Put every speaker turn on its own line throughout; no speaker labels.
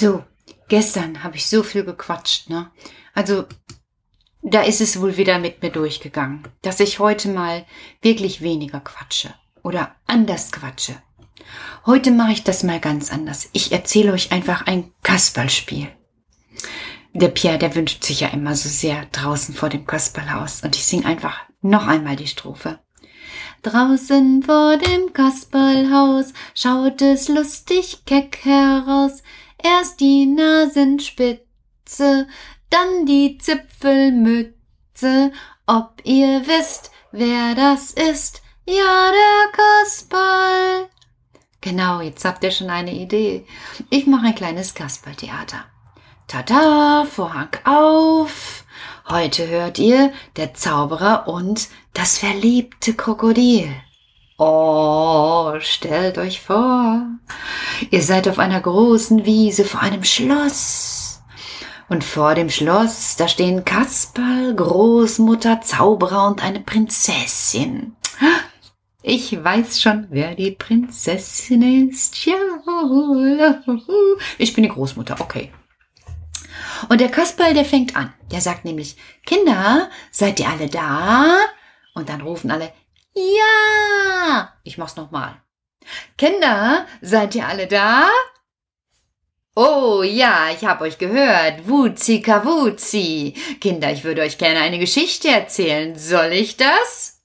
So, gestern habe ich so viel gequatscht, ne? Also, da ist es wohl wieder mit mir durchgegangen, dass ich heute mal wirklich weniger quatsche oder anders quatsche. Heute mache ich das mal ganz anders. Ich erzähle euch einfach ein Kasperlspiel. Der Pierre, der wünscht sich ja immer so sehr draußen vor dem Kasperlhaus und ich singe einfach noch einmal die Strophe. Draußen vor dem Kasperlhaus schaut es lustig keck heraus. Erst die Nasenspitze, dann die Zipfelmütze. Ob ihr wisst, wer das ist? Ja, der Kasperl. Genau, jetzt habt ihr schon eine Idee. Ich mache ein kleines Kasperltheater. Tada, Vorhang auf. Heute hört ihr der Zauberer und das verliebte Krokodil. Oh, stellt euch vor, ihr seid auf einer großen Wiese vor einem Schloss. Und vor dem Schloss, da stehen Kasperl, Großmutter, Zauberer und eine Prinzessin. Ich weiß schon, wer die Prinzessin ist. Ja, ich bin die Großmutter, okay. Und der Kasperl, der fängt an. Der sagt nämlich, Kinder, seid ihr alle da? Und dann rufen alle, ja! Ich mach's nochmal. Kinder, seid ihr alle da? Oh ja, ich hab euch gehört. Wuzi Kawuzi. Kinder, ich würde euch gerne eine Geschichte erzählen. Soll ich das?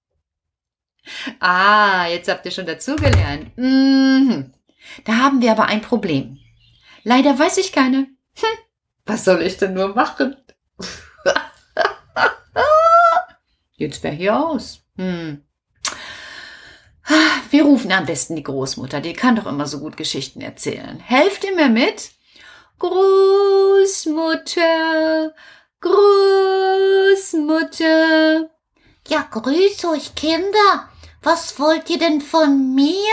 Ah, jetzt habt ihr schon dazugelernt. Da haben wir aber ein Problem. Leider weiß ich keine. Was soll ich denn nur machen? Jetzt wär hier aus. Wir rufen am besten die Großmutter. Die kann doch immer so gut Geschichten erzählen. Helft ihr mir mit? Großmutter, Großmutter.
Ja, grüß euch, Kinder. Was wollt ihr denn von mir?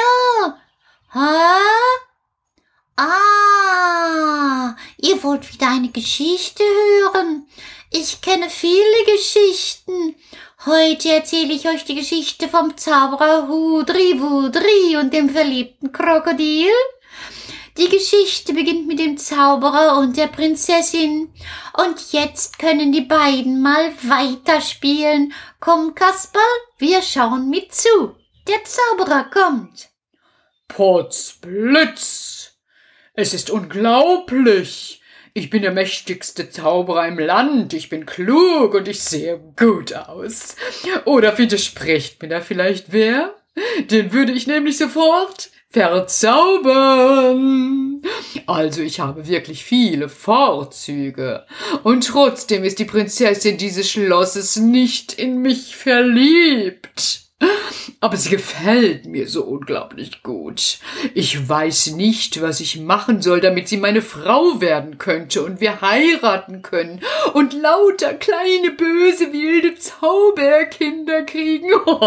Ihr wollt wieder eine Geschichte hören. Ich kenne viele Geschichten. Heute erzähle ich euch die Geschichte vom Zauberer Hudri Wudri und dem verliebten Krokodil. Die Geschichte beginnt mit dem Zauberer und der Prinzessin. Und jetzt können die beiden mal weiterspielen. Komm, Kasperl, wir schauen mit zu. Der Zauberer kommt.
Potzblitz! Es ist unglaublich! Ich bin der mächtigste Zauberer im Land, ich bin klug und ich sehe gut aus. Oder widerspricht mir da vielleicht wer? Den würde ich nämlich sofort verzaubern. Also ich habe wirklich viele Vorzüge. Und trotzdem ist die Prinzessin dieses Schlosses nicht in mich verliebt. Aber sie gefällt mir so unglaublich gut. Ich weiß nicht, was ich machen soll, damit sie meine Frau werden könnte und wir heiraten können und lauter kleine, böse, wilde Zauberkinder kriegen.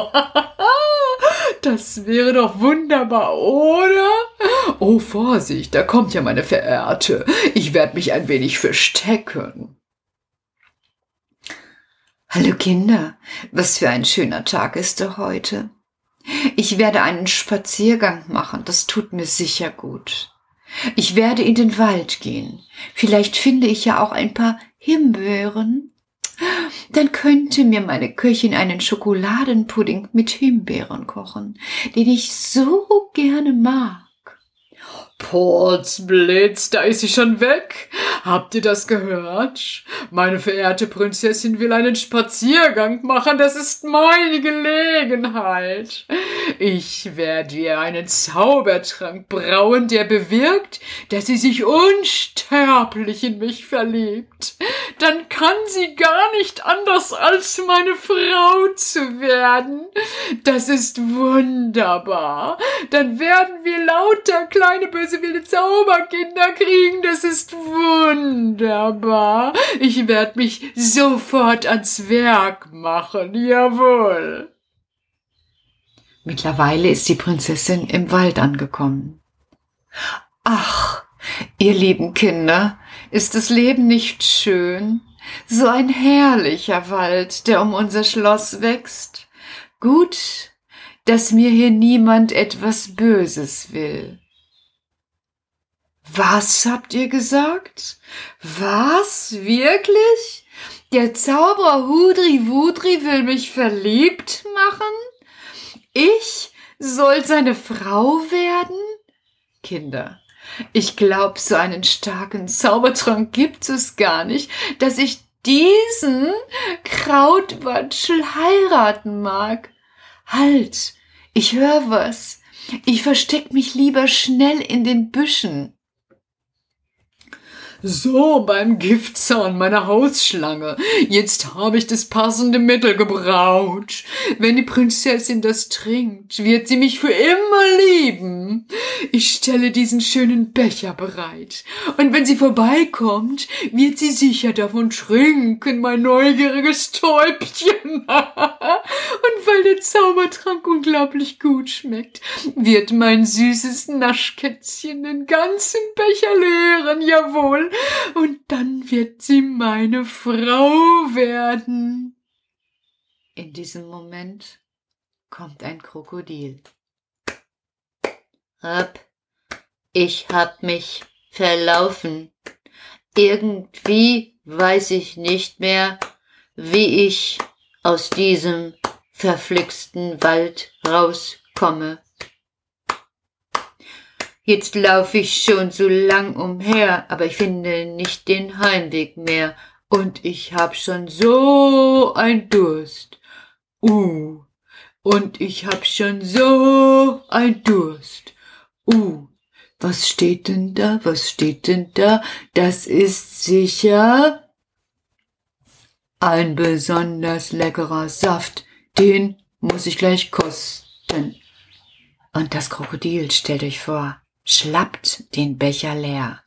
Das wäre doch wunderbar, oder? Oh, Vorsicht, da kommt ja meine Verehrte. Ich werde mich ein wenig verstecken.
Hallo Kinder, was für ein schöner Tag ist doch heute. Ich werde einen Spaziergang machen, das tut mir sicher gut. Ich werde in den Wald gehen. Vielleicht finde ich ja auch ein paar Himbeeren. Dann könnte mir meine Köchin einen Schokoladenpudding mit Himbeeren kochen, den ich so gerne mag.
Potzblitz, da ist sie schon weg. Habt ihr das gehört? Meine verehrte Prinzessin will einen Spaziergang machen, das ist meine Gelegenheit. Ich werde ihr einen Zaubertrank brauen, der bewirkt, dass sie sich unsterblich in mich verliebt. Dann kann sie gar nicht anders, als meine Frau zu werden. Das ist wunderbar. Dann werden wir lauter kleine böse wilde Zauberkinder kriegen, das ist wunderbar. Ich werde mich sofort ans Werk machen, jawohl.
Mittlerweile ist die Prinzessin im Wald angekommen. Ach, ihr lieben Kinder, ist das Leben nicht schön? So ein herrlicher Wald, der um unser Schloss wächst. Gut, dass mir hier niemand etwas Böses will.
Was habt ihr gesagt? Was? Wirklich? Der Zauberer Hudri Wudri will mich verliebt machen? Ich soll seine Frau werden? Kinder, ich glaub, so einen starken Zaubertrank gibt es gar nicht, dass ich diesen Krautwatschel heiraten mag. Halt, ich hör was. Ich versteck mich lieber schnell in den Büschen. So, beim Giftzahn meiner Hausschlange. Jetzt habe ich das passende Mittel gebraut. Wenn die Prinzessin das trinkt, wird sie mich für immer lieben. Ich stelle diesen schönen Becher bereit. Und wenn sie vorbeikommt, wird sie sicher davon trinken, mein neugieriges Täubchen. Und weil der Zaubertrank unglaublich gut schmeckt, wird mein süßes Naschkätzchen den ganzen Becher leeren, jawohl. Und dann wird sie meine Frau werden. In diesem Moment kommt ein Krokodil.
Ich hab mich verlaufen. Irgendwie weiß ich nicht mehr, wie ich aus diesem verflixten Wald rauskomme. Jetzt laufe ich schon so lang umher, aber ich finde nicht den Heimweg mehr. Und ich hab schon so ein Durst. Und ich hab schon so ein Durst. Was steht denn da? Was steht denn da? Das ist sicher ein besonders leckerer Saft. Den muss ich gleich kosten. Und das Krokodil, stellt euch vor, schlappt den Becher leer.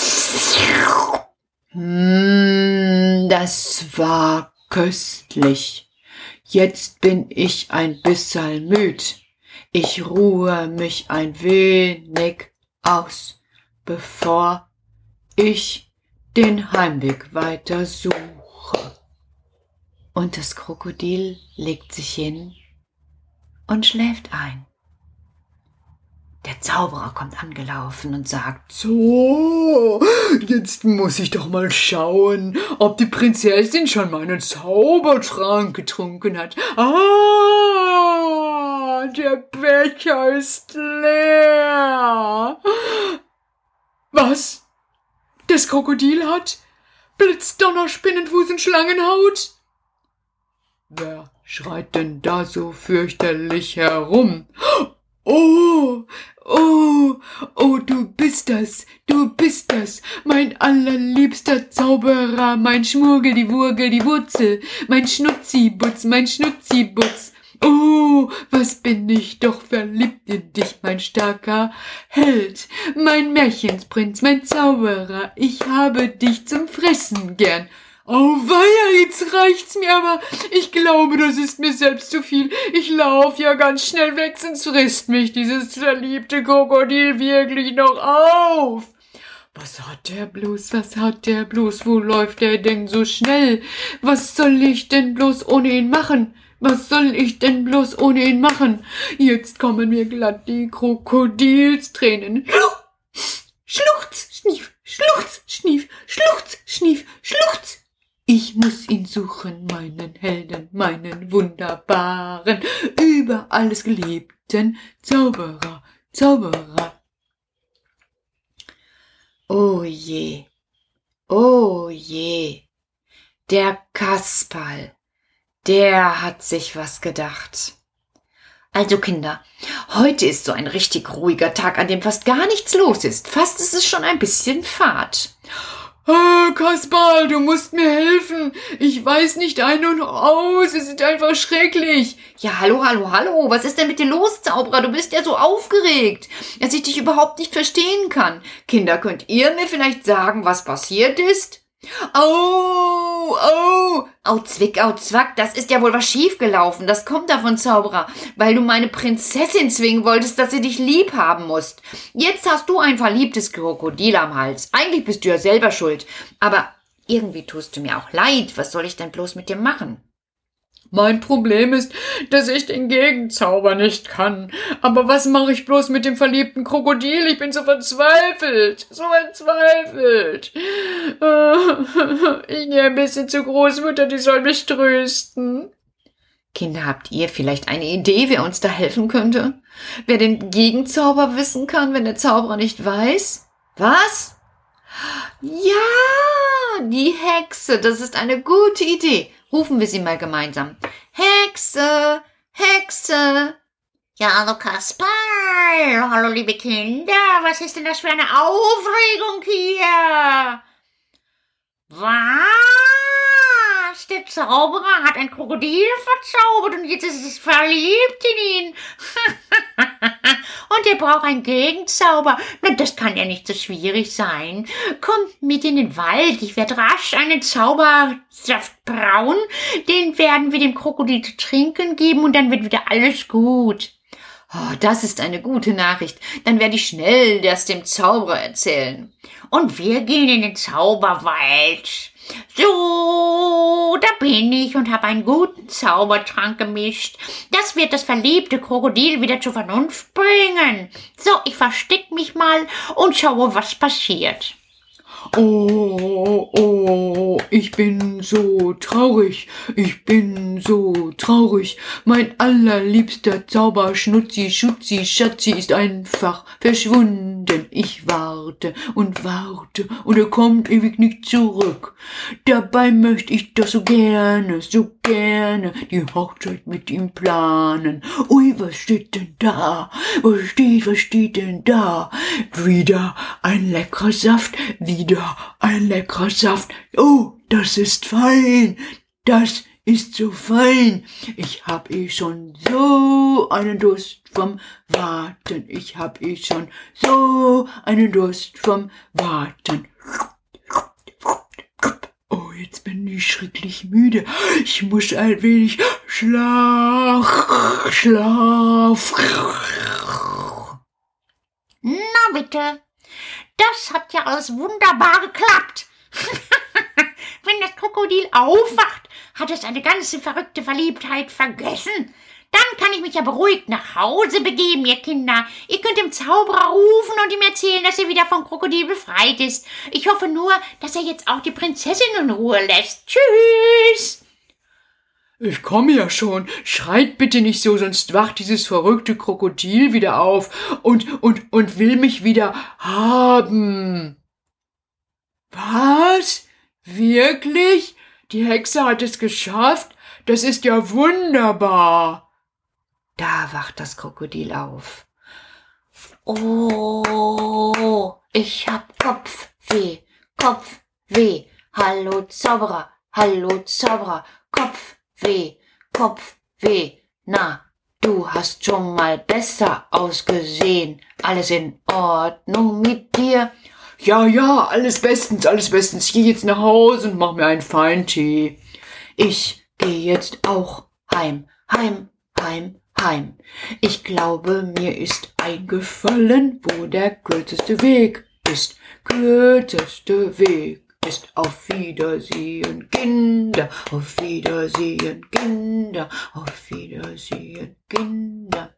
Das war köstlich. Jetzt bin ich ein bisschen müd. Ich ruhe mich ein wenig aus, bevor ich den Heimweg weiter suche. Und das Krokodil legt sich hin und schläft ein. Der Zauberer kommt angelaufen und sagt, so, jetzt muss ich doch mal schauen, ob die Prinzessin schon meinen Zaubertrank getrunken hat. Der Becher ist leer. Was? Das Krokodil hat Blitzdonner, Spinnenfuß und Schlangenhaut? Wer schreit denn da so fürchterlich herum? Du bist das, mein allerliebster Zauberer, mein Schmurgel, die Wurgel, die Wurzel, mein Schnutzibutz, was bin ich doch verliebt in dich, mein starker Held, mein Märchenprinz, mein Zauberer, ich habe dich zum Fressen gern. Auweia, jetzt reicht's mir, aber ich glaube, das ist mir selbst zu viel. Ich lauf ja ganz schnell weg, sonst frisst mich dieses verliebte Krokodil wirklich noch auf. Was hat der bloß, wo läuft der denn so schnell? Was soll ich denn bloß ohne ihn machen? Jetzt kommen mir glatt die Krokodilstränen. Schluchz, schnief, schluchz, schnief, schluchz, schnief, schluchz. Ich muss ihn suchen, meinen Helden, meinen wunderbaren, über alles geliebten Zauberer. Oh je, der Kasperl, der hat sich was gedacht. Also Kinder, heute ist so ein richtig ruhiger Tag, an dem fast gar nichts los ist. Fast ist es schon ein bisschen fad. Kasperl, du musst mir helfen. Ich weiß nicht ein und aus. Es ist einfach schrecklich. Ja, hallo. Was ist denn mit dir los, Zauberer? Du bist ja so aufgeregt, dass ich dich überhaupt nicht verstehen kann. Kinder, könnt ihr mir vielleicht sagen, was passiert ist? Au, Zwickau, Zwack, das ist ja wohl was schiefgelaufen. Das kommt davon, Zauberer, weil du meine Prinzessin zwingen wolltest, dass sie dich lieb haben musst. Jetzt hast du ein verliebtes Krokodil am Hals. Eigentlich bist du ja selber schuld. Aber irgendwie tust du mir auch leid. Was soll ich denn bloß mit dir machen?
Mein Problem ist, dass ich den Gegenzauber nicht kann. Aber was mache ich bloß mit dem verliebten Krokodil? Ich bin so verzweifelt. Ich gehe ein bisschen zur Großmutter, die soll mich trösten.
Kinder, habt ihr vielleicht eine Idee, wer uns da helfen könnte? Wer den Gegenzauber wissen kann, wenn der Zauberer nicht weiß? Was? Ja, die Hexe, das ist eine gute Idee. Rufen wir sie mal gemeinsam. Hexe, Hexe.
Ja, hallo Kasper. Hallo liebe Kinder. Was ist denn das für eine Aufregung hier? Was? Der Zauberer hat ein Krokodil verzaubert und jetzt ist es verliebt in ihn. Und er braucht einen Gegenzauber. Na, das kann ja nicht so schwierig sein. Kommt mit in den Wald. Ich werde rasch einen Zaubersaft brauen. Den werden wir dem Krokodil zu trinken geben und dann wird wieder alles gut.
Oh, das ist eine gute Nachricht. Dann werde ich schnell das dem Zauberer erzählen.
Und wir gehen in den Zauberwald. So, da bin ich und habe einen guten Zaubertrank gemischt. Das wird das verliebte Krokodil wieder zur Vernunft bringen. So, ich versteck mich mal und schaue, was passiert.
Oh, ich bin so traurig. Mein allerliebster Zauberschnutzi, Schutzi, Schatzi ist einfach verschwunden. Ich warte und er kommt ewig nicht zurück. Dabei möchte ich doch so gerne die Hochzeit mit ihm planen. Ui, was steht denn da? Was steht denn da? Wieder ein leckerer Saft, Oh, das ist fein. Das ist so fein. Ich hab schon so einen Durst vom Warten. Oh, jetzt bin ich schrecklich müde. Ich muss ein wenig Schlaf.
Na bitte. Das hat ja alles wunderbar geklappt. Wenn das Krokodil aufwacht, hat es eine ganze verrückte Verliebtheit vergessen. Dann kann ich mich ja beruhigt nach Hause begeben, ihr Kinder. Ihr könnt dem Zauberer rufen und ihm erzählen, dass er wieder vom Krokodil befreit ist. Ich hoffe nur, dass er jetzt auch die Prinzessin in Ruhe lässt. Tschüss!
Ich komme ja schon. Schreit bitte nicht so, sonst wacht dieses verrückte Krokodil wieder auf und will mich wieder haben. Was? Wirklich? Die Hexe hat es geschafft? Das ist ja wunderbar.
Da wacht das Krokodil auf.
Oh, ich hab Kopfweh. Hallo Zauberer, Kopfweh. Na, du hast schon mal besser ausgesehen. Alles in Ordnung mit dir?
Ja, alles bestens. Ich gehe jetzt nach Hause und mach mir einen Feintee.
Ich gehe jetzt auch heim. Ich glaube, mir ist eingefallen, wo der kürzeste Weg ist. Auf Wiedersehen, Kinder. Auf Wiedersehen, Kinder.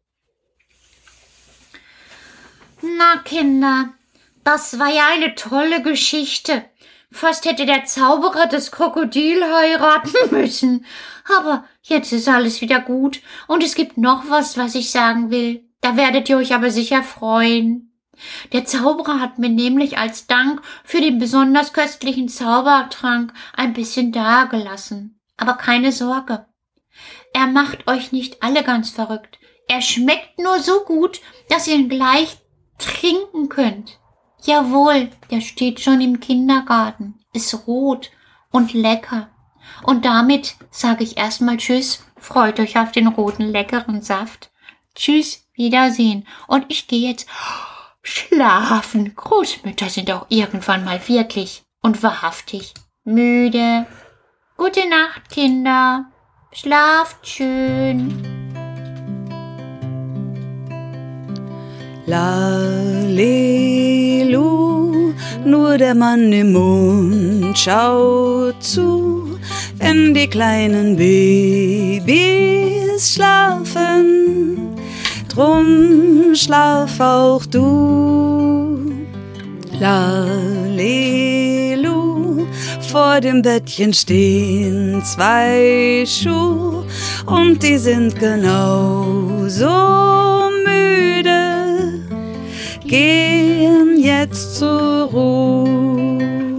Na, Kinder, das war ja eine tolle Geschichte. Fast hätte der Zauberer das Krokodil heiraten müssen. Aber jetzt ist alles wieder gut. Und es gibt noch was ich sagen will. Da werdet ihr euch aber sicher freuen. Der Zauberer hat mir nämlich als Dank für den besonders köstlichen Zaubertrank ein bisschen dagelassen. Aber keine Sorge. Er macht euch nicht alle ganz verrückt. Er schmeckt nur so gut, dass ihr ihn gleich trinken könnt. Jawohl, der steht schon im Kindergarten, ist rot und lecker. Und damit sage ich erstmal Tschüss, freut euch auf den roten, leckeren Saft. Tschüss, Wiedersehen. Und ich gehe jetzt schlafen. Großmütter sind auch irgendwann mal wirklich und wahrhaftig müde. Gute Nacht, Kinder. Schlaft schön.
Lalelu, nur der Mann im Mond schaut zu, wenn die kleinen Babys schlafen. Drum schlaf auch du. Lalelu, vor dem Bettchen stehen 2 Schuhe und die sind genauso müde, gehen jetzt zur Ruhe.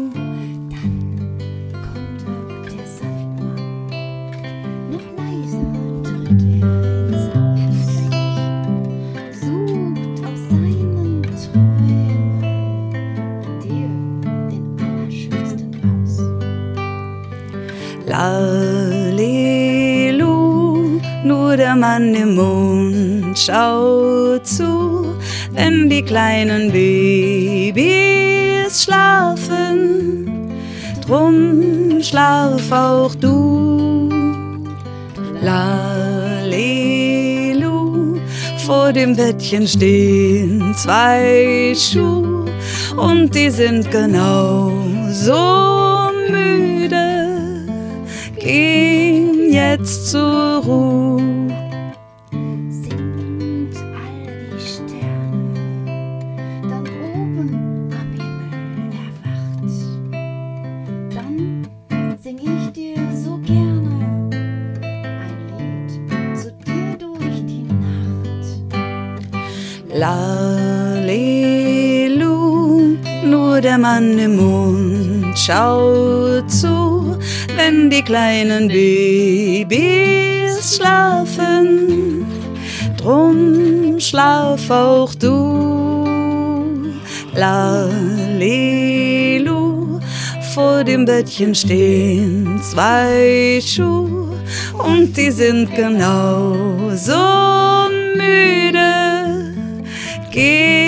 Lalelu, nur der Mann im Mond schaut zu, wenn die kleinen Babys schlafen. Drum schlaf auch du. Lalelu, vor dem Bettchen stehen 2 Schuhe und die sind genauso müde, gehen jetzt zur Ruhe.
Sind all die Sterne dann oben am Himmel erwacht, dann sing ich dir so gerne ein Lied zu dir durch die Nacht.
Lalelu, nur der Mann im Mond schaut zu, wenn die kleinen Babys schlafen. Drum schlaf auch du. Lalelu, vor dem Bettchen stehen 2 Schuhe und die sind genauso müde, gehen